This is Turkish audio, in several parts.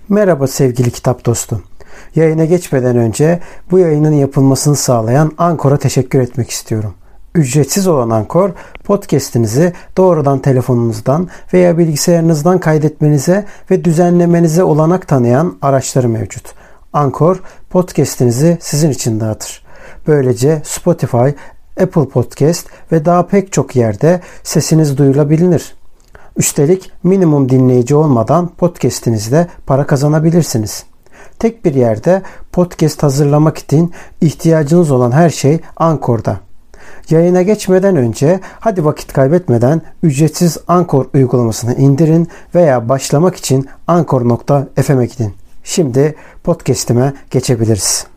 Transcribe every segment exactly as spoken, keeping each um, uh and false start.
Merhaba sevgili kitap dostum. Yayına geçmeden önce bu yayının yapılmasını sağlayan Ankor'a teşekkür etmek istiyorum. Ücretsiz olan Ankor, podcast'inizi doğrudan telefonunuzdan veya bilgisayarınızdan kaydetmenize ve düzenlemenize olanak tanıyan araçları mevcut. Ankor, podcast'inizi sizin için dağıtır. Böylece Spotify, Apple Podcast ve daha pek çok yerde sesiniz duyulabilir. Üstelik minimum dinleyici olmadan podcast'inizde para kazanabilirsiniz. Tek bir yerde podcast hazırlamak için ihtiyacınız olan her şey Ankor'da. Yayına geçmeden önce hadi vakit kaybetmeden ücretsiz Ankor uygulamasını indirin veya başlamak için ankor nokta f m'e gidin. Şimdi podcast'ime geçebiliriz.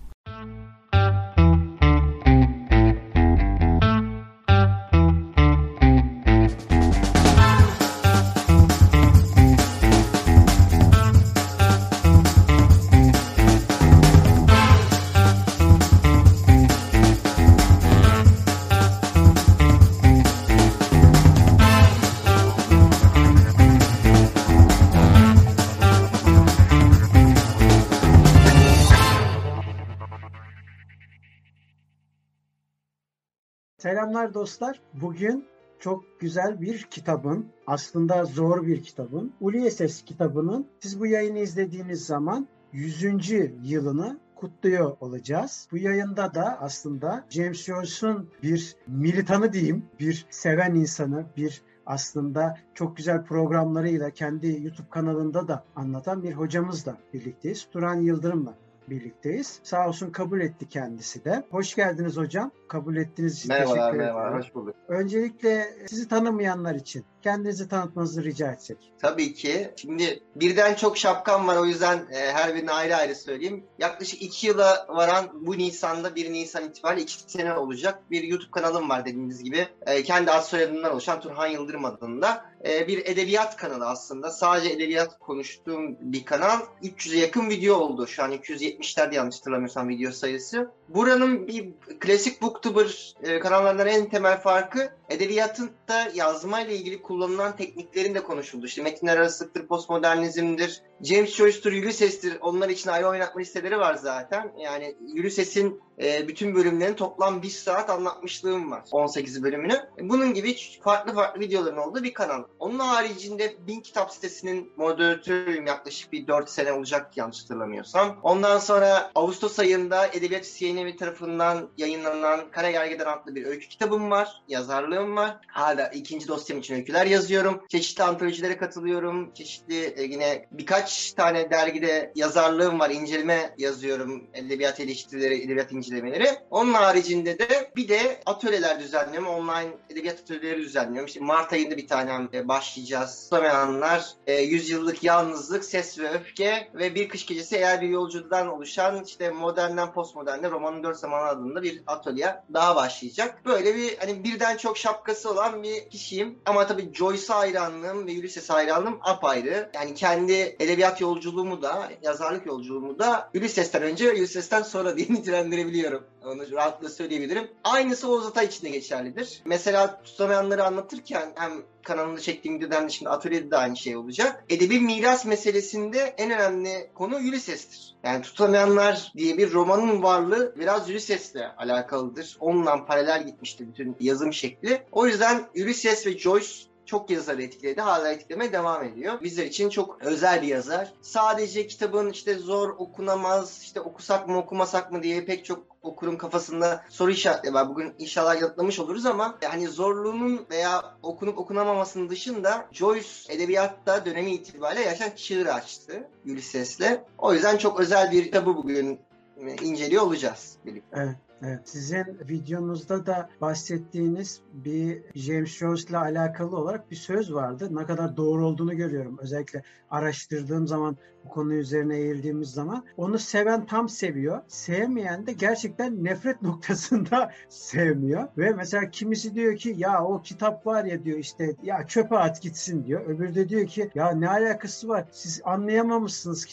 Selamlar dostlar. Bugün çok güzel bir kitabın, aslında zor bir kitabın, Ulysses kitabının siz bu yayını izlediğiniz zaman yüzüncü yılını kutluyor olacağız. Bu yayında da aslında James Joyce'un bir militanı diyeyim, bir seven insanı, bir aslında çok güzel programlarıyla kendi YouTube kanalında da anlatan bir hocamızla birlikteyiz. Turan Yıldırım'la birlikteyiz. Sağ olsun kabul etti kendisi de. Hoş geldiniz hocam. Kabul ettiğiniz için merhabalar, teşekkür ederim. Merhabalar, hoş bulduk. Öncelikle sizi tanımayanlar için kendinizi tanıtmanızı rica etsek. Tabii ki. Şimdi birden çok şapkam var, o yüzden e, her birini ayrı ayrı söyleyeyim. Yaklaşık iki yıla varan bu Nisan'da bir Nisan itibariyle iki sene olacak bir YouTube kanalım var dediğiniz gibi. E, kendi ad soyadımdan oluşan Turhan Yıldırım adında e, bir edebiyat kanalı aslında. Sadece edebiyat konuştuğum bir kanal. üç yüze yakın video oldu. Şu an iki yüz yetmişlerde yanlış hatırlamıyorsam video sayısı. Buranın bir klasik booktuber e, kanallarından en temel farkı edebiyatın da yazma ile ilgili kullanılan tekniklerin de konuşuldu. İşte metinler arasılıktır, postmodernizmdir, James Joyce'tur, Ulysses'tir. Onlar için ayrı oynatma listeleri var zaten. Yani Ulysses'in e, bütün bölümlerini toplam bir saat anlatmışlığım var. on sekiz bölümünü. Bunun gibi farklı farklı videoların olduğu bir kanal. Onun haricinde Bin Kitap sitesinin moderatörüyüm, yaklaşık bir dört sene olacak yanlış hatırlamıyorsam. Ondan sonra Ağustos ayında Edebiyat Yayın Evi tarafından yayınlanan Kara Gergedan adlı bir öykü kitabım var. Yazarlığım var. Hala ikinci dosyam için öyküler yazıyorum. Çeşitli antolojilere katılıyorum. Çeşitli e, yine birkaç tane dergide yazarlığım var. İnceleme yazıyorum. Edebiyat eleştirileri, edebiyat incelemeleri. Onun haricinde de bir de atölyeler düzenliyorum. Online edebiyat atölyeleri düzenliyorum. İşte Mart ayında bir tane başlayacağız. Tutamayanlar, e, Yüzyıllık Yalnızlık, Ses ve Öfke ve Bir Kış Gecesi Eğer Bir Yolcudan oluşan işte modernden postmoderne romanın dört zamanı adında bir atölye daha başlayacak. Böyle bir hani birden çok şapkası olan bir kişiyim. Ama tabii Joyce hayranlığım ve Ulysses hayranlığım apayrı. Yani kendi edebiyat yolculuğumu da, yazarlık yolculuğumu da Ulysses'ten önce ve Ulysses'ten sonra diye nitelendirebiliyorum. Onu rahatlıkla söyleyebilirim. Aynısı Oğuz Atay için de geçerlidir. Mesela tutamayanları anlatırken hem kanalında çektiğim videodan şimdi atölyede de aynı şey olacak. Edebi miras meselesinde en önemli konu Ulysses'tir. Yani Tutamayanlar diye bir romanın varlığı biraz Ulysses'le alakalıdır. Onunla paralel gitmişti bütün yazım şekli. O yüzden Ulysses ve Joyce çok yazarı etkiledi. Hala etkilemeye devam ediyor. Bizler için çok özel bir yazar. Sadece kitabın işte zor, okunamaz, işte okusak mı okumasak mı diye pek çok okurun kafasında soru işaretleri var. Bugün inşallah yanıtlamış oluruz ama yani zorluğunun veya okunup okunamamasının dışında Joyce edebiyatta dönemi itibariyle yaşayan çığır açtı Ulysses'le. O yüzden çok özel bir kitabı bugün inceliyor olacağız birlikte. Evet. Evet, sizin videonuzda da bahsettiğiniz bir James Joyce'la alakalı olarak bir söz vardı. Ne kadar doğru olduğunu görüyorum. Özellikle araştırdığım zaman, bu konu üzerine eğildiğimiz zaman. Onu seven tam seviyor. Sevmeyen de gerçekten nefret noktasında sevmiyor. Ve mesela kimisi diyor ki ya o kitap var ya diyor işte ya çöpe at gitsin diyor. Öbürü de diyor ki ya ne alakası var? Siz anlayamamışsınız kitabı.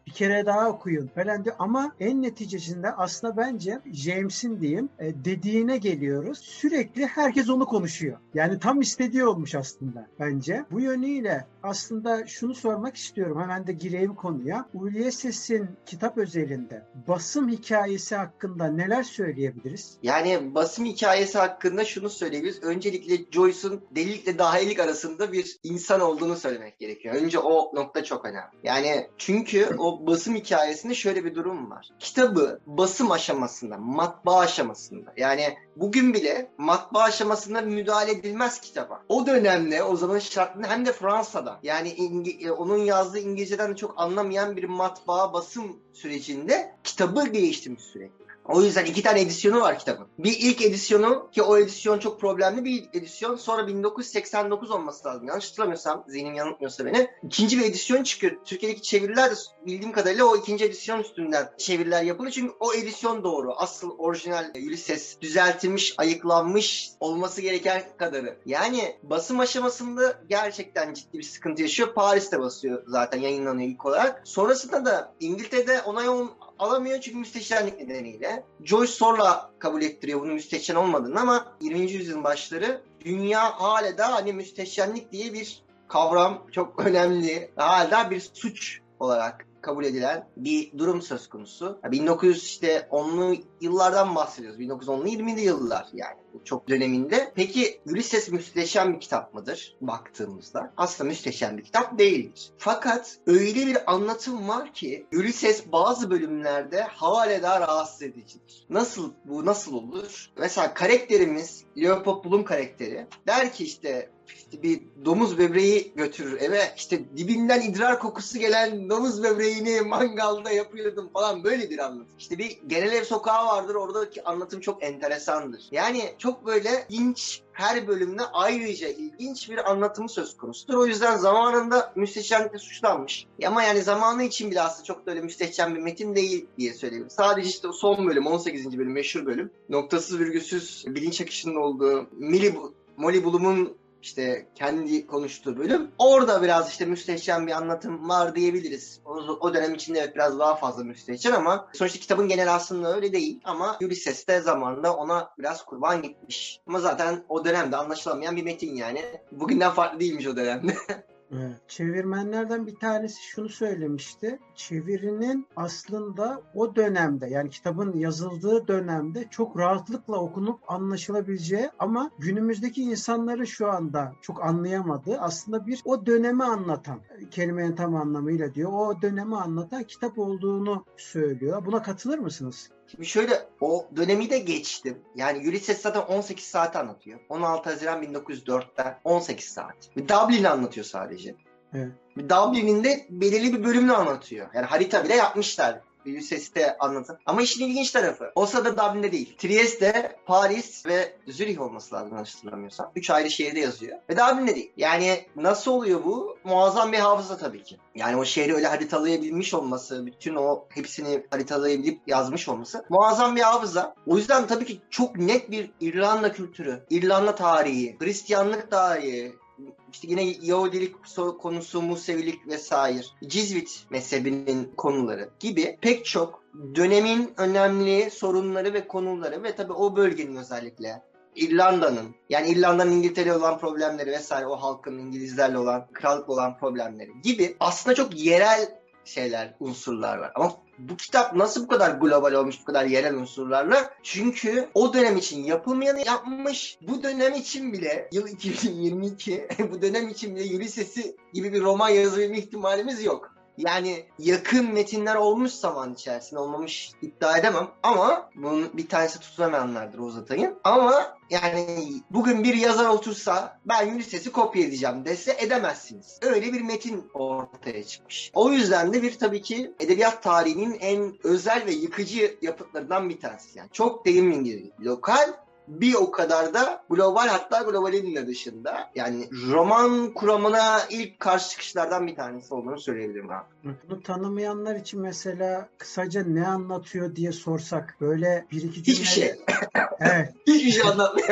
bir kere daha okuyun falan diyor. Ama en neticesinde aslında bence James'in diyeyim e, dediğine geliyoruz. Sürekli herkes onu konuşuyor. Yani tam istediği olmuş aslında bence. Bu yönüyle aslında şunu sormak istiyorum. Hemen de gireyim konuya. Ulysses'in kitap özelinde basım hikayesi hakkında neler söyleyebiliriz? Yani basım hikayesi hakkında şunu söyleyebiliriz. Öncelikle Joyce'un delilikle dahilik arasında bir insan olduğunu söylemek gerekiyor. Önce o nokta çok önemli. Yani çünkü o basım hikayesinde şöyle bir durum var. Kitabı basım aşamasında, matbaa aşamasında, yani bugün bile matbaa aşamasında müdahale edilmez kitaba. O dönemde, o zaman şartında, hem de Fransa'da, yani İngi- onun yazdığı İngilizceden de çok anlamayan bir matbaa basım sürecinde kitabı değiştirmiş sürekli. O yüzden iki tane edisyonu var kitabın. Bir ilk edisyonu, ki o edisyon çok problemli bir edisyon. Sonra bin dokuz yüz seksen dokuz olması lazım. Yanlış hatırlamıyorsam, zihnim yanıltmıyorsa beni. İkinci bir edisyon çıkıyor. Türkiye'deki çeviriler de bildiğim kadarıyla o ikinci edisyon üstünden çeviriler yapılıyor. Çünkü o edisyon doğru. Asıl orijinal Ulysses düzeltilmiş, ayıklanmış olması gereken kadarı. Yani basım aşamasında gerçekten ciddi bir sıkıntı yaşıyor. Paris'te basıyor zaten, yayınlanıyor ilk olarak. Sonrasında da İngiltere'de onay alamıyor çünkü müsteşarlık nedeniyle. Joyce zorla kabul ettiriyor bunun müsteşar olmadığını, ama yirminci yüzyılın başları dünya hala da hani müsteşarlık diye bir kavram çok önemli. Hala bir suç olarak kabul edilen bir durum söz konusu. bin dokuz yüz işte onlu yıllardan bahsediyoruz. bin dokuz yüz onlu yirmili yıllar yani. Bu çok döneminde. Peki Ulysses müsteşem bir kitap mıdır baktığımızda? Aslında müsteşem bir kitap değildir. Fakat öyle bir anlatım var ki Ulysses bazı bölümlerde hala daha rahatsız edicidir. Nasıl bu nasıl olur? Mesela karakterimiz Leopold Bloom karakteri der ki işte İşte bir domuz böbreği götürür eve. İşte dibinden idrar kokusu gelen domuz böbreğini mangalda yapıyordum falan, böyle bir anlatım. İşte bir genel ev sokağı vardır, oradaki anlatım çok enteresandır. Yani çok böyle ilginç, her bölümde ayrıca ilginç bir anlatımı söz konusudur. O yüzden zamanında müstehcenlikle suçlanmış. Ama yani zamanı için bile aslında çok da öyle müstehcen bir metin değil diye söyleyeyim. Sadece işte son bölüm, on sekizinci bölüm, meşhur bölüm. Noktasız virgülsüz bilinç akışının olduğu Millie, Molly Bloom'un işte kendi konuştuğu bölüm. Orada biraz işte müstehcen bir anlatım var diyebiliriz. O, o dönem içinde evet biraz daha fazla müstehcen, ama sonuçta kitabın genel aslında öyle değil. Ama Ulysses de zamanında ona biraz kurban gitmiş. Ama zaten o dönemde anlaşılamayan bir metin yani. Bugünden farklı değilmiş o dönemde. Evet. Çevirmenlerden bir tanesi şunu söylemişti. Çevirinin aslında o dönemde, yani kitabın yazıldığı dönemde çok rahatlıkla okunup anlaşılabileceği, ama günümüzdeki insanların şu anda çok anlayamadığı, aslında bir o dönemi anlatan, kelimenin tam anlamıyla diyor, o dönemi anlatan kitap olduğunu söylüyor. Buna katılır mısınız? Şimdi şöyle, o dönemi de geçtim. Yani Ulysses zaten on sekiz saat anlatıyor. on altı Haziran bin dokuz yüz dörtten on sekiz saat. Bir Dublin'i anlatıyor sadece. Evet. Bir Dublin'in de belirli bir bölümünü anlatıyor. Yani harita bile yapmışlar. Ulysses'te anlatın. Ama işin ilginç tarafı, o sırada Dublin'de değil, Trieste, Paris ve Zürih olması lazım hatırlamıyorsam. Üç ayrı şehirde yazıyor. Ve Dublin'de değil. Yani nasıl oluyor bu? Muazzam bir hafıza tabii ki. Yani o şehri öyle haritalayabilmiş olması, bütün o hepsini haritalayabilip yazmış olması muazzam bir hafıza. O yüzden tabii ki çok net bir İrlanda kültürü, İrlanda tarihi, Hristiyanlık tarihi, İşte yine Yahudilik konusu, Musevilik vesaire, Cizvit mezhebinin konuları gibi pek çok dönemin önemli sorunları ve konuları ve tabii o bölgenin özellikle İrlanda'nın, yani İrlanda'nın İngiltere'yle olan problemleri vesaire, o halkın İngilizlerle olan, krallıkla olan problemleri gibi aslında çok yerel şeyler, unsurlar var. Ama bu kitap nasıl bu kadar global olmuş, bu kadar yerel unsurlarla? Çünkü o dönem için yapılmayanı yapmış. Bu dönem için bile, yıl iki bin yirmi iki, bu dönem için bile Ulysses'i gibi bir roman yazabilme ihtimalimiz yok. Yani yakın metinler olmuş zaman içerisinde, olmamış iddia edemem. Ama bunun bir tanesi tutunamayanlardır Oğuz Atay'ın. Ama yani bugün bir yazar otursa ben Ulysses'i kopya edeceğim dese edemezsiniz. Öyle bir metin ortaya çıkmış. O yüzden de bir tabii ki edebiyat tarihinin en özel ve yıkıcı yapıtlarından bir tanesi. Yani çok derin bir lokal, bir o kadar da global, hatta globalin de dışında. Yani roman kuramına ilk karşı çıkışlardan bir tanesi olduğunu söyleyebilirim abi. Bunu tanımayanlar için mesela kısaca ne anlatıyor diye sorsak, böyle bir iki cümle... Hiçbir şey. Evet. Hiçbir şey anlatmıyor.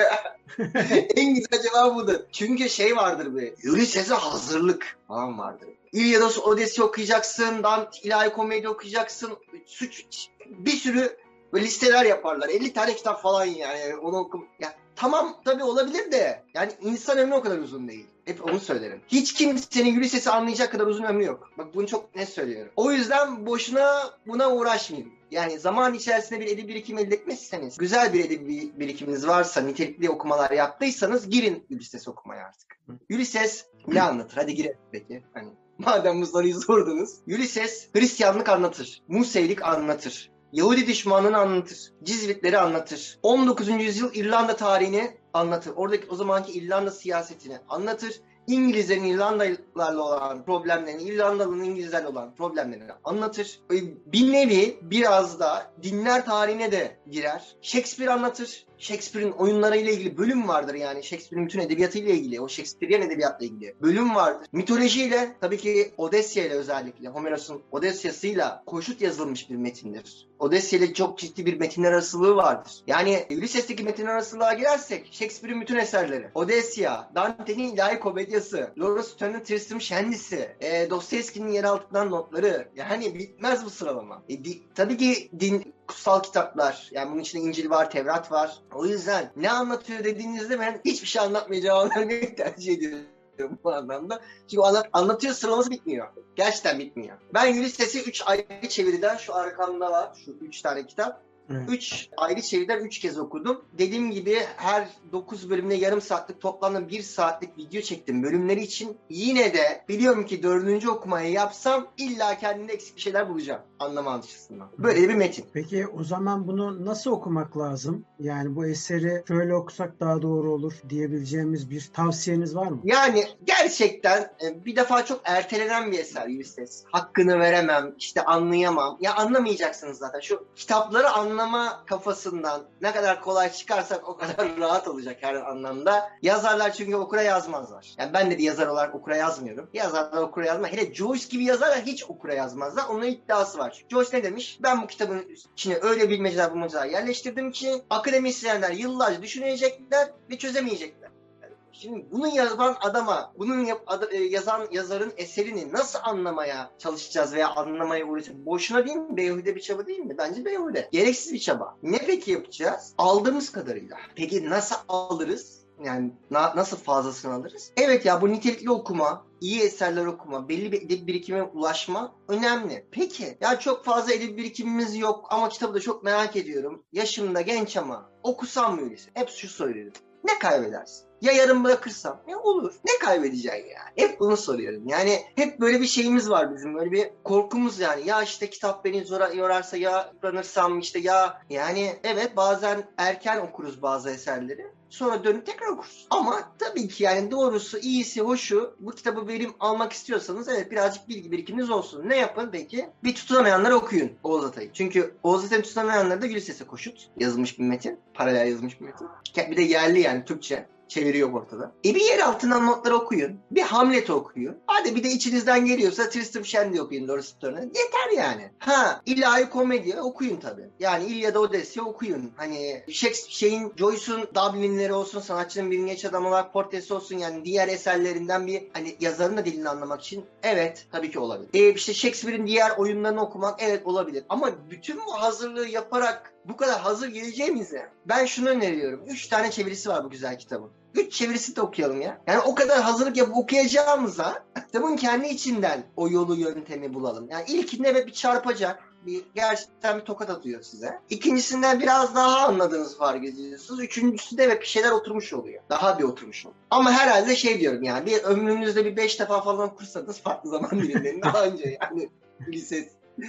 En güzel cevap budur. Çünkü şey vardır be. Ulysses'e hazırlık falan vardır. İlyada Odessey okuyacaksın, Dante İlahi Komedi okuyacaksın. Suç bir sürü böyle listeler yaparlar. elli tane kitap falan yani. Onu okum. Ya tamam tabii olabilir de yani insan ömrü o kadar uzun değil. Hep onu söylerim. Hiç kimsenin Ulysses'i anlayacak kadar uzun ömrü yok. Bak bunu çok net söylüyorum. O yüzden boşuna buna uğraşmayın. Yani zaman içerisinde bir edebi birikim elde etmezseniz, güzel bir edebi birikiminiz varsa, nitelikli okumalar yaptıysanız girin Ulysses okumaya artık. Ulysses ne anlatır? Hadi girelim peki. Hani madem bu soruyu sordunuz. Ulysses Hristiyanlık anlatır. Museylik anlatır. Yahudi düşmanlığını anlatır. Cizvitleri anlatır. on dokuzuncu yüzyıl İrlanda tarihini anlatır. Oradaki o zamanki İrlanda siyasetini anlatır. İngilizlerin İrlandalılarla olan problemlerini, İrlandalı'nın İngilizlerle olan problemlerini anlatır. Bir nevi biraz da dinler tarihine de girer. Shakespeare anlatır. Shakespeare'in oyunlarıyla ilgili bölüm vardır yani. Shakespeare'in bütün edebiyatıyla ilgili, o Shakespearean edebiyatla ilgili bölüm vardır. Mitolojiyle, tabii ki Odessey ile özellikle, Homeros'un Odesya'sıyla koşut yazılmış bir metindir. Odessey ile çok ciddi bir metinler arasılığı vardır. Yani Ulysses'teki metinler arasılığa girersek, Shakespeare'in bütün eserleri, Odesya, Dante'nin İlahi Komedyası, Lawrence Stern'ın Tristram Shandy'si, e, Dostoyevski'nin yer altından notları, yani bitmez bu sıralama. E, di, tabii ki din, kutsal kitaplar, yani bunun içinde İncil var, Tevrat var. O yüzden ne anlatıyor dediğinizde ben hiçbir şey anlatmayacağımı vermeyi tercih ediyorum bu anlamda. Çünkü anlat, anlatıyor, sıralaması bitmiyor. Gerçekten bitmiyor. Ben Ulysses'i üç ayrı çeviriden, şu arkamda var, şu üç tane kitap. üç ayrı çeviriden üç kez okudum. Dediğim gibi her dokuz bölümde yarım saatlik, toplamda bir saatlik video çektim bölümleri için. Yine de biliyorum ki dördüncü okumayı yapsam illa kendimde eksik bir şeyler bulacağım anlama açısından. Böyle bir metin. Peki o zaman bunu nasıl okumak lazım? Yani bu eseri şöyle okusak daha doğru olur diyebileceğimiz bir tavsiyeniz var mı? Yani gerçekten bir defa çok ertelenen bir eser Ulysses. Hakkını veremem, işte anlayamam. Ya anlamayacaksınız zaten. Şu kitapları anlama kafasından ne kadar kolay çıkarsak o kadar rahat olacak her anlamda. Yazarlar çünkü okura yazmazlar. Yani ben de bir yazar olarak okura yazmıyorum. Yazarlar okura yazmaz. Hele Joyce gibi yazarlar hiç okura yazmazlar. Onun iddiası var. Çünkü Joyce ne demiş? Ben bu kitabın içine öyle bilmeceler bulmacalar yerleştirdim ki akademisyenler yıllarca düşünecekler ve çözemeyecekler. Şimdi bunu yazan adama, bunun yap, ad, yazan yazarın eserini nasıl anlamaya çalışacağız veya anlamaya uğraşacağız? Boşuna değil mi? Beyhude bir çaba değil mi? Bence beyhude. Gereksiz bir çaba. Ne peki yapacağız? Aldığımız kadarıyla. Peki nasıl alırız? Yani na, nasıl fazlasını alırız? Evet ya, bu nitelikli okuma, iyi eserler okuma, belli bir edebi birikime ulaşma önemli. Peki ya çok fazla edebi birikimimiz yok ama kitabı da çok merak ediyorum. Yaşımda genç ama okusam mı öyleyse? Hep şu soruyorum. Ne kaybedersin? Ya yarım bırakırsam? Ne olur? Ne kaybedeceksin yani? Hep bunu soruyorum. Yani hep böyle bir şeyimiz var bizim. Böyle bir korkumuz yani. Ya işte kitap beni zora yorarsa, ya yıpranırsam, işte ya. Yani evet, bazen erken okuruz bazı eserleri. Sonra dönüp tekrar okuruz. Ama tabii ki yani doğrusu, iyisi, hoşu, bu kitabı verim almak istiyorsanız evet birazcık bilgi birikiminiz olsun. Ne yapın peki? Bir tutunamayanları okuyun Oğuz Atay'ı. Çünkü Oğuz Atay'ın tutunamayanları da Ulysses'e koşut yazılmış bir metin. Paralel yazılmış bir metin. Bir de yerli yani Türkçe. Çeviriyor ortada. E bir yer altından notları okuyun. Bir Hamlet okuyun. Hadi bir de içinizden geliyorsa Tristram Shandy okuyun, Lawrence Stern'ı. Yeter yani. Ha, ilahi komedi okuyun tabii. Yani İlyada Odessey okuyun. Hani Shakespeare'in, Joyce'un Dublin'leri olsun, sanatçının bir genç adam olarak portresi olsun, yani diğer eserlerinden bir hani yazarın da dilini anlamak için evet tabii ki olabilir. E işte Shakespeare'in diğer oyunlarını okumak evet olabilir. Ama bütün bu hazırlığı yaparak bu kadar hazır geleceğimize ben şunu öneriyorum. Üç tane çevirisi var bu güzel kitabın. Üç çevirisi de okuyalım ya. Yani o kadar hazırlık yapıp okuyacağımıza kitabın kendi içinden o yolu, yöntemi bulalım. Yani ilkinde evet bir çarpacak. Bir, gerçekten bir tokat atıyor size. İkincisinden biraz daha anladığınız fark ediyorsunuz. Üçüncüsünde evet bir şeyler oturmuş oluyor. Daha bir oturmuş oluyor. Ama herhalde şey diyorum yani, bir ömrünüzde bir beş defa falan okursanız farklı zaman dilimlerinde daha önce yani Ulysses.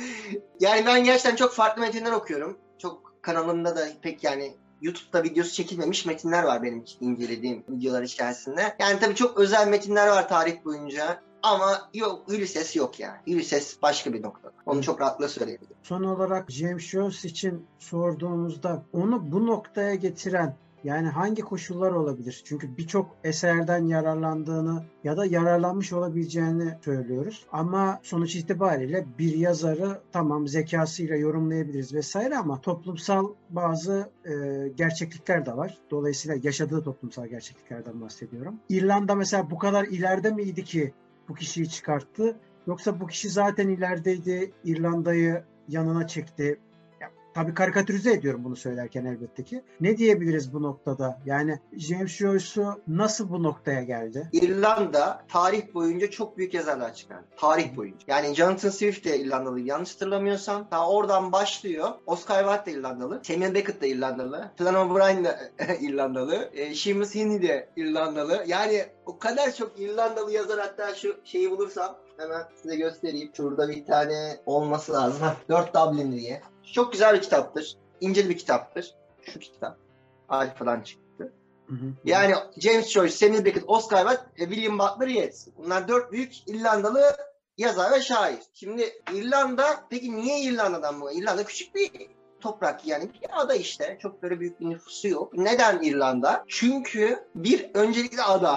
Yani ben gerçekten çok farklı metinler okuyorum. Çok kanalımda da pek yani YouTube'da videosu çekilmemiş metinler var benim incelediğim videolar içerisinde. Yani tabii çok özel metinler var tarih boyunca. Ama yok, Ulysses yok yani. Ulysses başka bir nokta. Onu çok rahatlıkla söyleyebilirim. Son olarak James Joyce için sorduğumuzda onu bu noktaya getiren Yani hangi koşullar olabilir? Çünkü birçok eserden yararlandığını ya da yararlanmış olabileceğini söylüyoruz. Ama sonuç itibariyle bir yazarı tamam zekasıyla yorumlayabiliriz vesaire ama toplumsal bazı e, gerçeklikler de var. Dolayısıyla yaşadığı toplumsal gerçekliklerden bahsediyorum. İrlanda mesela bu kadar ileride miydi ki bu kişiyi çıkarttı? Yoksa bu kişi zaten ilerideydi, İrlanda'yı yanına çekti. Ya, tabii karikatürize ediyorum bunu söylerken elbette ki. Ne diyebiliriz bu noktada? Yani James Joyce'u nasıl bu noktaya geldi? İrlanda tarih boyunca çok büyük yazarlar çıkardı. Tarih boyunca. Yani Jonathan Swift de İrlandalı yanlış hatırlamıyorsam. Ta oradan başlıyor. Oscar Wilde de İrlandalı. Samuel Beckett de İrlandalı. Flann O'Brien de İrlandalı. E, Seamus Heaney de İrlandalı. Yani o kadar çok İrlandalı yazar, hatta şu şeyi bulursam hemen size göstereyim. Şurada bir tane olması lazım. Dört Dublin diye. Çok güzel bir kitaptır. İnce bir kitaptır. Şu kitap. Alfa'dan çıktı. Hı hı. Yani James Joyce, Samuel Beckett, Oscar Wilde, William Butler Yeats. Bunlar dört büyük İrlandalı yazar ve şair. Şimdi İrlanda, peki niye İrlanda'dan bu? İrlanda küçük bir toprak, yani bir ada işte. Çok böyle büyük bir nüfusu yok. Neden İrlanda? Çünkü bir, öncelikle ada.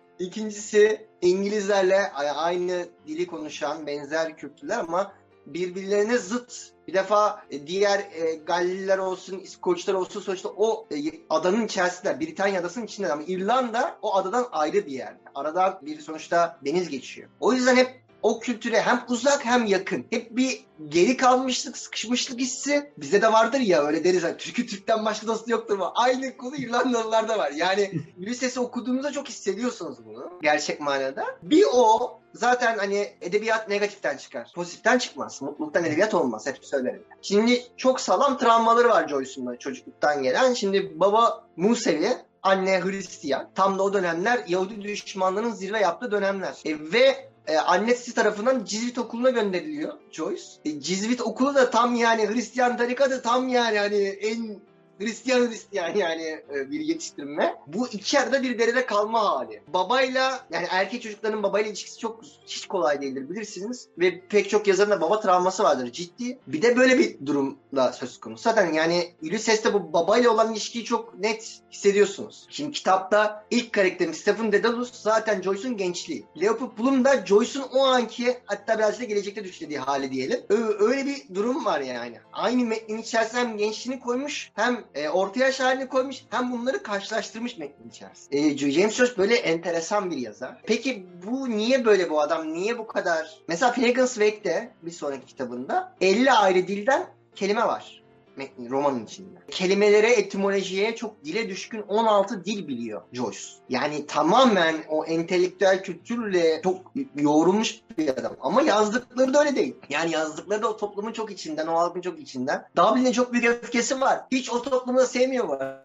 İkincisi İngilizlerle aynı dili konuşan benzer kültürler ama birbirlerine zıt. Bir defa diğer e, Galliler olsun, İskoçlar olsun sonuçta o e, adanın içerisinde, Britanya adasının içinde, ama İrlanda o adadan ayrı bir yer. Aradan bir sonuçta deniz geçiyor. O yüzden hep o kültüre hem uzak hem yakın. Hep bir geri kalmışlık, sıkışmışlık hissi. Bizde de vardır ya, öyle deriz. Yani, Türk'ü Türk'ten başka dostu yoktur ama aynı konu İrlandalılarda var. Yani lisesi okuduğunuzda çok hissediyorsunuz bunu gerçek manada. Bir o zaten hani edebiyat negatiften çıkar. Pozitiften çıkmaz. Mutluluktan edebiyat olmaz. Hep söylerim. Şimdi çok sağlam travmaları var Joyce'un çocukluktan gelen. Şimdi baba Musevi, anne Hristiyan. Tam da o dönemler Yahudi düşmanlığının zirve yaptığı dönemler. E, ve Ee, annesi tarafından Cizvit okuluna gönderiliyor Joyce. E, Cizvit okulu da tam yani Hristiyan tarikatı, tam yani hani en Hristiyan Hristiyan yani e, bir yetiştirme. Bu iki arada bir derede kalma hali. Babayla, yani erkek çocukların babayla ilişkisi çok hiç kolay değildir bilirsiniz. Ve pek çok yazarın da baba travması vardır ciddi. Bir de böyle bir durumda söz konusu. Zaten yani Ulysses'te bu babayla olan ilişkiyi çok net hissediyorsunuz. Şimdi kitapta ilk karakterim Stephen Dedalus zaten Joyce'un gençliği. Leopold Bloom da Joyce'un o anki, hatta biraz da gelecekte düşlediği hali diyelim. Öyle bir durum var yani. Aynı metnin içerisine hem gençliğini koymuş hem E, orta yaş halini koymuş, hem bunları karşılaştırmış metnin içerisinde. E, James Joyce böyle enteresan bir yazar. Peki bu niye böyle, bu adam niye bu kadar? Mesela Finnegan's Wake'de bir sonraki kitabında elli ayrı dilden kelime var metnin, romanın içinde. Kelimelere, etimolojiye çok dile düşkün on altı dil biliyor Joyce. Yani tamamen o entelektüel kültürle çok yoğrulmuş bir adam. Ama yazdıkları da öyle değil. Yani yazdıkları da o toplumun çok içinden, o halkın çok içinden. Dublin'e çok büyük öfkesi var. Hiç o toplumu da sevmiyor var.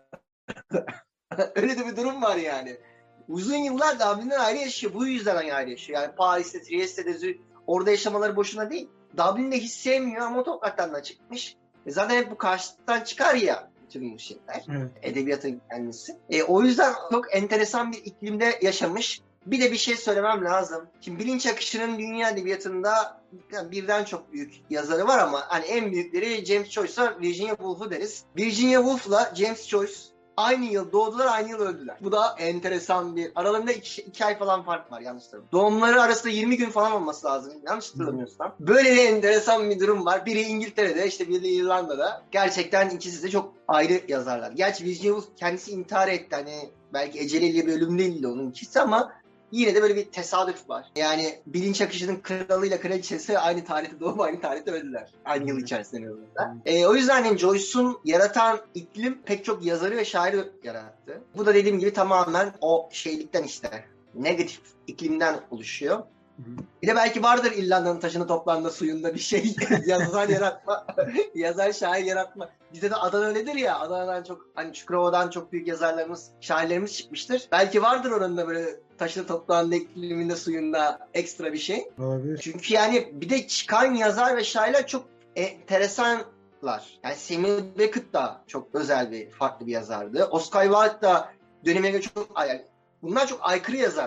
Öyle de bir durum var yani. Uzun yıllar Dublin'den ayrı yaşıyor. Bu yüzden ayrı yaşıyor. Yani Paris'te, Trieste'de, Zürich, orada yaşamaları boşuna değil. Dublin'de hiç sevmiyor ama o topraktan da çıkmış. E zaten hep bu karşılıktan çıkar ya bütün bu şeyler. Evet. Edebiyatın kendisi. E, o yüzden çok enteresan bir iklimde yaşamış. Bir de bir şey söylemem lazım. Şimdi bilinç akışının dünya edebiyatında yani birden çok büyük yazarı var ama hani en büyükleri James Joyce'a Virginia Woolf'u deriz. Virginia Woolf'la James Joyce aynı yıl doğdular, aynı yıl öldüler. Bu da enteresan bir... Aralarında iki, iki ay falan fark var yanlış hatırlamıyorum. Doğumları arasında yirmi gün falan olması lazım yanlış hatırlamıyorsam. Böyle bir enteresan bir durum var. Biri İngiltere'de, işte biri İrlanda'da. Gerçekten ikisi de çok ayrı yazarlar. Gerçi Virginia Woolf kendisi intihar etti. Hani belki eceliyle bir ölüm değildi onun ikisi ama yine de böyle bir tesadüf var. Yani bilinç akışının kralıyla kraliçesi aynı tarihte doğup aynı tarihte öldüler. Aynı yıl içerisinde öldüler. E, o yüzden yani Joyce'un yaratan iklim pek çok yazarı ve şairi yarattı. Bu da dediğim gibi tamamen o şeylikten, işte negatif iklimden oluşuyor. Hı hı. Bir de belki vardır İrlanda'nın taşını toplanma suyunda bir şey yazar yaratma, yazar şair yaratma. Bizde de Adana öyledir ya, Adana'dan çok, hani Çukurova'dan çok büyük yazarlarımız, şairlerimiz çıkmıştır. Belki vardır oranın da böyle taşını toplanan ikliminde, suyunda ekstra bir şey. Olabilir. Çünkü yani bir de çıkan yazar ve şairler çok enteresanlar. Yani Samuel Beckett da çok özel bir, farklı bir yazardı. Oscar Wilde da döneme göre çok, yani bunlar çok aykırı yazarlar.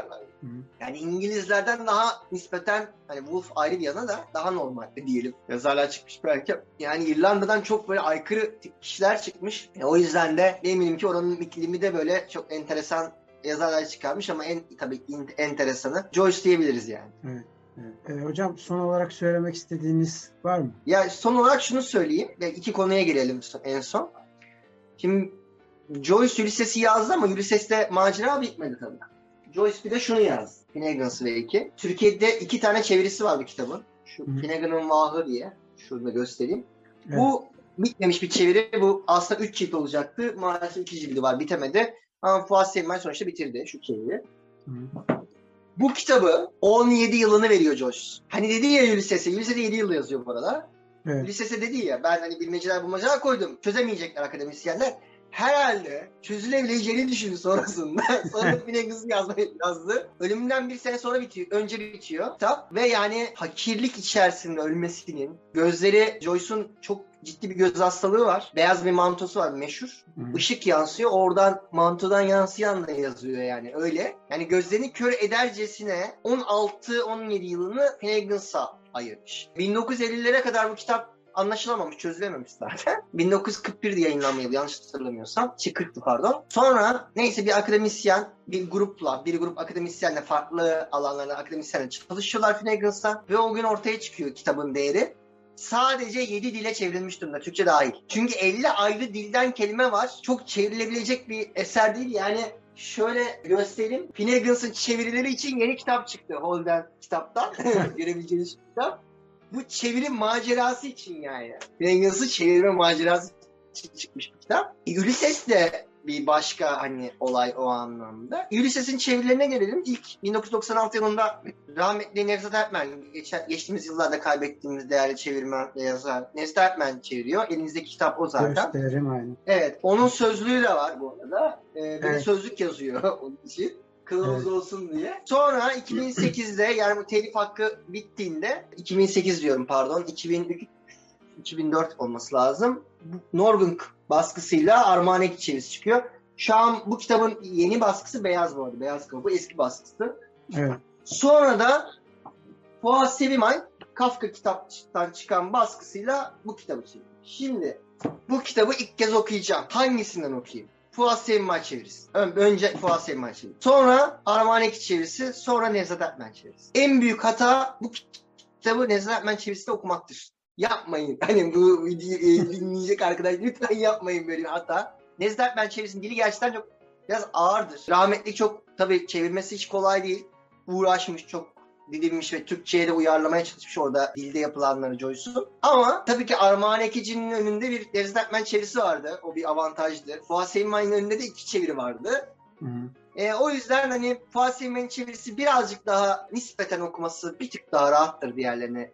Hı. Yani İngilizlerden daha nispeten hani Wolf ayrı bir yana da daha normal diyelim. Yazarlar çıkmış belki. Yani İrlanda'dan çok böyle aykırı tip kişiler çıkmış. E, o yüzden de eminim ki oranın iklimi de böyle çok enteresan yazarlar çıkarmış ama en tabii enteresanı Joyce diyebiliriz yani. Evet. Evet. E, hocam son olarak söylemek istediğiniz var mı? Ya son olarak şunu söyleyeyim. İki konuya girelim en son. Şimdi Joyce Ulysses'i yazdı ama Ulysses'te macera bitmedi tabii. Joyce bir de şunu yazdı. Finnegan's Wake'i. Türkiye'de iki tane çevirisi var bu kitabın. Şu Hı. Finnegan'ın Vahı diye. Şurada göstereyim. Evet. Bu bitmemiş bir çeviri. Bu aslında üç cilt olacaktı. Maalesef iki cildi var. Bitemedi. Ama Fuat Sevimay sonuçta bitirdi şu çeviri. Hı. Bu kitabı on yedi yılını veriyor Joyce. Hani dedi ya Ulysses'e. Ulysses'e yedi yıl yazıyor bu arada. Evet. Ulysses'e dedi ya ben hani bilmeceler bulmacalar koydum. Çözemeyecekler akademisyenler. Herhalde çözülebileceğini düşündü sonrasında. Sonra Finnegan's'ı yazmayı yazdı. Ölümünden bir sene sonra bitiyor. Önce bitiyor kitap. Ve yani fakirlik içerisinde ölmesinin, gözleri Joyce'un çok ciddi bir göz hastalığı var. Beyaz bir mantosu var meşhur. Hı. Işık yansıyor. Oradan mantodan yansıyan da yazıyor yani öyle. Yani gözlerini kör edercesine on altı on yedi yılını Finnegan's'a ayırmış. bin dokuz yüz ellilere kadar bu kitap anlaşılamamış, çözülememiş zaten. bin dokuz yüz kırk bir'de yayınlanmalı yanlış hatırlamıyorsam. Şey kırktı pardon. Sonra neyse bir akademisyen, bir grupla, bir grup akademisyenle farklı alanlarda akademisyenle çalışıyorlar Finnegan's'a ve o gün ortaya çıkıyor kitabın değeri. Sadece yedi dile çevrilmiş durumda, Türkçe dahil. Çünkü elli ayrı dilden kelime var. Çok çevrilebilecek bir eser değil. Yani şöyle göstereyim. Finnegan's'ın çevirileri için yeni kitap çıktı. Holden kitaptan. Görebileceğiniz kitap. Bu çeviri macerası için yani. Finnegan's'ı çevirme macerası için çıkmış bir kitap. Ulysses de bir başka hani olay o anlamda. Ulysses'in çevirilerine gelelim. İlk bin dokuz yüz doksan altı yılında rahmetli Nevzat Ertmen, geçen, geçtiğimiz yıllarda kaybettiğimiz değerli çevirmen ve yazar Nevzat Ertmen çeviriyor. Elinizdeki kitap o zaten. Gösterim aynı. Evet. Onun sözlüğü de var bu arada. Ee, evet. Bir sözlük yazıyor onun için. Kılavuz evet. olsun diye. Sonra iki bin sekiz'de yani bu telif hakkı bittiğinde iki bin sekiz diyorum pardon iki bin üç iki bin dört olması lazım. Norgunk baskısıyla Armağanek çevirisi çıkıyor. Şu an bu kitabın yeni baskısı beyaz bu arada. Beyaz kapı. Eski baskısı. Evet. Sonra da Fuat Sevimay Kafka kitaptan çıkan baskısıyla bu kitabı çeviriyor. Şimdi bu kitabı ilk kez okuyacağım. Hangisinden okuyayım? Fuat Sevimay çevirisi. Önce Fuat Sevimay çevirisi. Sonra Armağanek çevirisi. Sonra Nevzat Ertmen çevirisi. En büyük hata bu kitabı Nevzat Ertmen çevirisinde okumaktır. Yapmayın. Hani bu videoyu dinleyecek arkadaşlar lütfen yapmayın böyle bir hata. Nevzat Ertmen çevirisinin dili gerçekten çok biraz ağırdır. Rahmetli çok tabii çevirmesi hiç kolay değil. Uğraşmış çok. Didilmiş ve Türkçe'ye de uyarlamaya çalışmış orada dilde yapılanları Joyce'un. Ama tabii ki Armağan Ekici'nin önünde bir Nevzat Ertmen çevirisi vardı. O bir avantajdı. Fuat Sevimay'ın önünde de iki çeviri vardı. Hı hı. E, o yüzden hani Fuat Sevimay'ın çevirisi birazcık daha nispeten okuması bir tık daha rahattır diğerlerine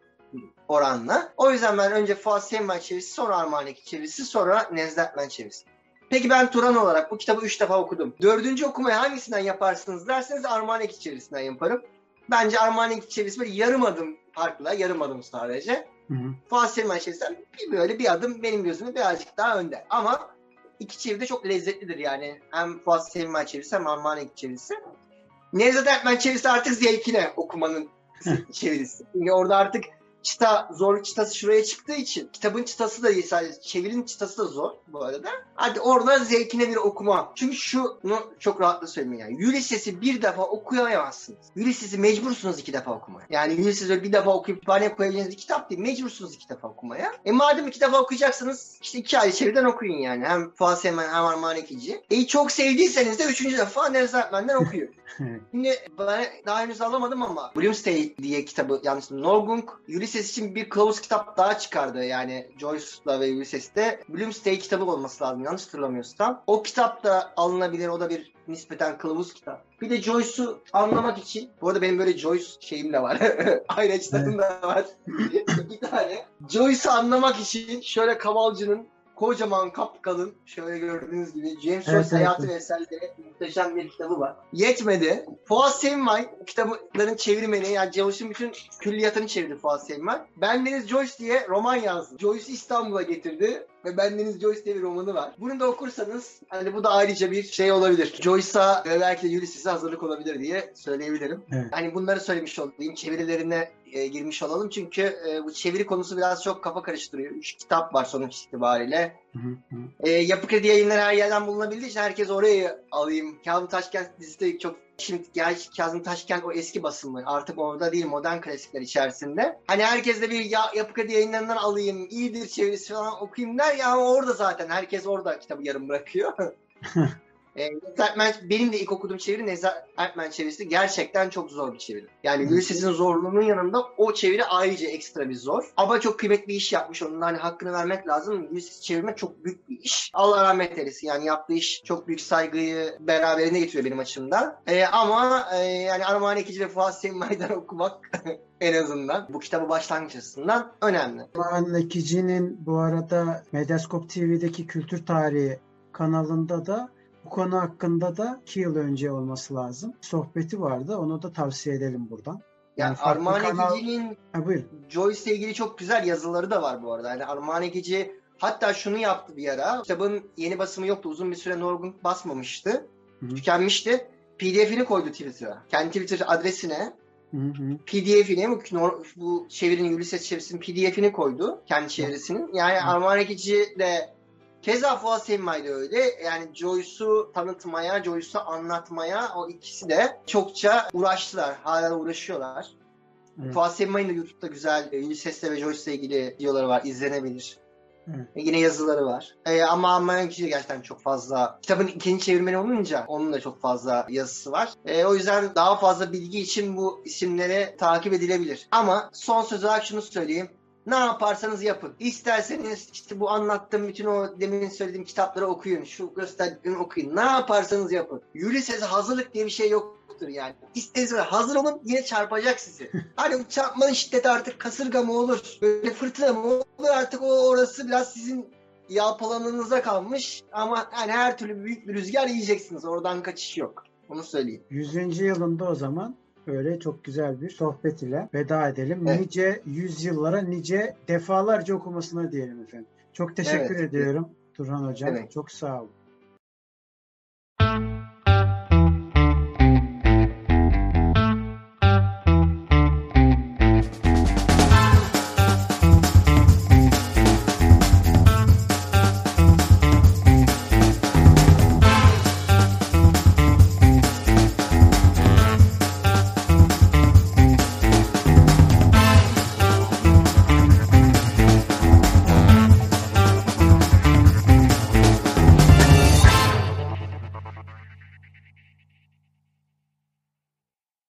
oranla. O yüzden ben önce Fuat Sevimay çevirisi, sonra Armağan Ekici çevirisi, sonra Nevzat Ertmen çevirisi. Peki ben Turan olarak bu kitabı üç defa okudum. Dördüncü okumayı hangisinden yaparsınız derseniz Armağan Ekici çevirisinden yaparım. Bence Armağan Ekici çevirisi böyle yarım adım farklı, yarım adım sadece. Fuat Sevimay çevirisinden bir böyle bir adım benim gözümde birazcık daha önde. Ama iki çeviri de çok lezzetlidir yani. Hem Fuat Sevimay çevirisi hem Armağan Ekici çevirisi. Nevzat Ertmen çevirisi artık zevkine okumanın çevirisi. Çünkü orada artık çıta, zorluk çıtası şuraya çıktığı için kitabın çıtası da değil sadece çevirinin çıtası da zor bu arada. Hadi orada zevkine bir okuma. Çünkü şunu çok rahatla söyleyeyim yani. Ulysses'i bir defa okuyamazsınız. Ulysses'i mecbursunuz iki defa okumaya. Yani Ulysses'i bir defa okuyup kütüphaneye koyabileceğiniz bir kitap değil. Mecbursunuz iki defa okumaya. E madem iki defa okuyacaksınız işte iki ayrı çeviriden okuyun yani. Hem Fuat Sevimay hem Armağan Ekici. E çok sevdiyseniz de üçüncü defa Nevzat Ertmen'den okuyun. Şimdi ben daha henüz alamadım ama Bloomsday diye kitabı yanlış Norgunk Ulysses için bir kılavuz kitap daha çıkardı. Yani Joyce'la ve Ulysses'te Bloomsday kitabı olması lazım yanlış hatırlamıyorsam. O kitap da alınabilir. O da bir nispeten kılavuz kitap. Bir de Joyce'u anlamak için, bu arada benim böyle Joyce şeyim de var. Aynı açıdan da var. Bir tane. Joyce'u anlamak için şöyle Kavalcı'nın kocaman kapkalın şöyle gördüğünüz gibi James Joyce evet, hayatı evet. ve eserleri muhteşem bir kitabı var. Yetmedi. Fuat Sevimay kitapların çevirmeni yani Joyce'un bütün külliyatını çevirdi Fuat Sevimay. Bendeniz Joyce diye roman yazdı. Joyce'u İstanbul'a getirdi. ve Bendeniz Joyce diye bir romanı var. Bunu da okursanız hani bu da ayrıca bir şey olabilir. Joyce'a ve belki de Ulysses'e hazırlık olabilir diye söyleyebilirim. Evet. Hani bunları söylemiş olayım. Çevirilerine e, girmiş olalım. Çünkü e, bu çeviri konusu biraz çok kafa karıştırıyor. Üç kitap var sonuç itibariyle. Hı hı. E, Yapı Kredi yayınları her yerden bulunabildiği için herkes orayı alayım. Kazım Taşkent dizisi de çok şimdi gerçi Kazım Taşkent o eski basımı artık orada değil, modern klasikler içerisinde. Hani herkes de bir ya, Yapı Kredi yayınlarından alayım, iyidir çevirisi falan okuyayım der ya, ama orada zaten herkes orada kitabı yarım bırakıyor. E, Ertmen, benim de ilk okuduğum çeviri Nezahat Ertmen çevirisi gerçekten çok zor bir çeviri. Yani Ulysses'in zorluğunun yanında o çeviri ayrıca ekstra bir zor. Ama çok kıymetli bir iş yapmış. Onun hani hakkını vermek lazım. Ulysses'i çevirmek çok büyük bir iş. Allah rahmet eylesin. Yani yaptığı iş çok büyük saygıyı beraberinde getiriyor benim açımdan. E, ama e, yani Armağan Ekici ve Fuat Sevimbay'dan okumak en azından bu kitabı başlangıç açısından önemli. Armağan Ekici'nin bu arada Medyascope T V'deki Kültür Tarihi kanalında da bu konu hakkında da iki yıl önce olması lazım. Sohbeti vardı. Onu da tavsiye edelim buradan. Yani, Yani Armağan kanal... Ekici'nin ha, buyurun. Joyce ile ilgili çok güzel yazıları da var bu arada. Yani Armağan Ekici hatta şunu yaptı bir ara. Kitabın yeni basımı yoktu. Uzun bir süre Norgun basmamıştı. Hı-hı. Tükenmişti. P D F'ini koydu Twitter'a. Kendi Twitter adresine Hı-hı. P D F'ini, bu, bu çevirinin, Ulysses çevirisinin P D F'ini koydu. Kendi çevirisinin. Yani Hı-hı. Armağan Ekici de keza Fuat Sevimay da öyle. Yani Joyce'u tanıtmaya, Joyce'u anlatmaya o ikisi de çokça uğraştılar. Hala uğraşıyorlar. Evet. Fuat Sevimay'ın da YouTube'da güzel Ulysses'le ve Joyce'la ilgili videoları var. İzlenebilir. Evet. Yine yazıları var. Ee, ama Armağan Ekici gerçekten çok fazla. Kitabın ikinci çevirmeni olunca onun da çok fazla yazısı var. Ee, o yüzden daha fazla bilgi için bu isimleri takip edilebilir. Ama son söz olarak şunu söyleyeyim. Ne yaparsanız yapın. İsterseniz işte bu anlattığım bütün o demin söylediğim kitapları okuyun. Şu gösterdiğimi okuyun. Ne yaparsanız yapın. Ulysses'e hazırlık diye bir şey yoktur yani. İstediğiniz kadar hazır olun, yine çarpacak sizi. Hani çarpmanın şiddeti artık kasırga mı olur, böyle fırtına mı olur, artık o orası biraz sizin yalpalanınıza kalmış. Ama yani her türlü büyük bir rüzgar yiyeceksiniz. Oradan kaçış yok. Onu söyleyeyim. yüzüncü yılında o zaman böyle çok güzel bir sohbet ile veda edelim. Evet. Nice yüzyıllara, nice defalarca okumasına diyelim efendim. Çok teşekkür evet. ediyorum Turhan Hocam. Evet. Çok sağ olun.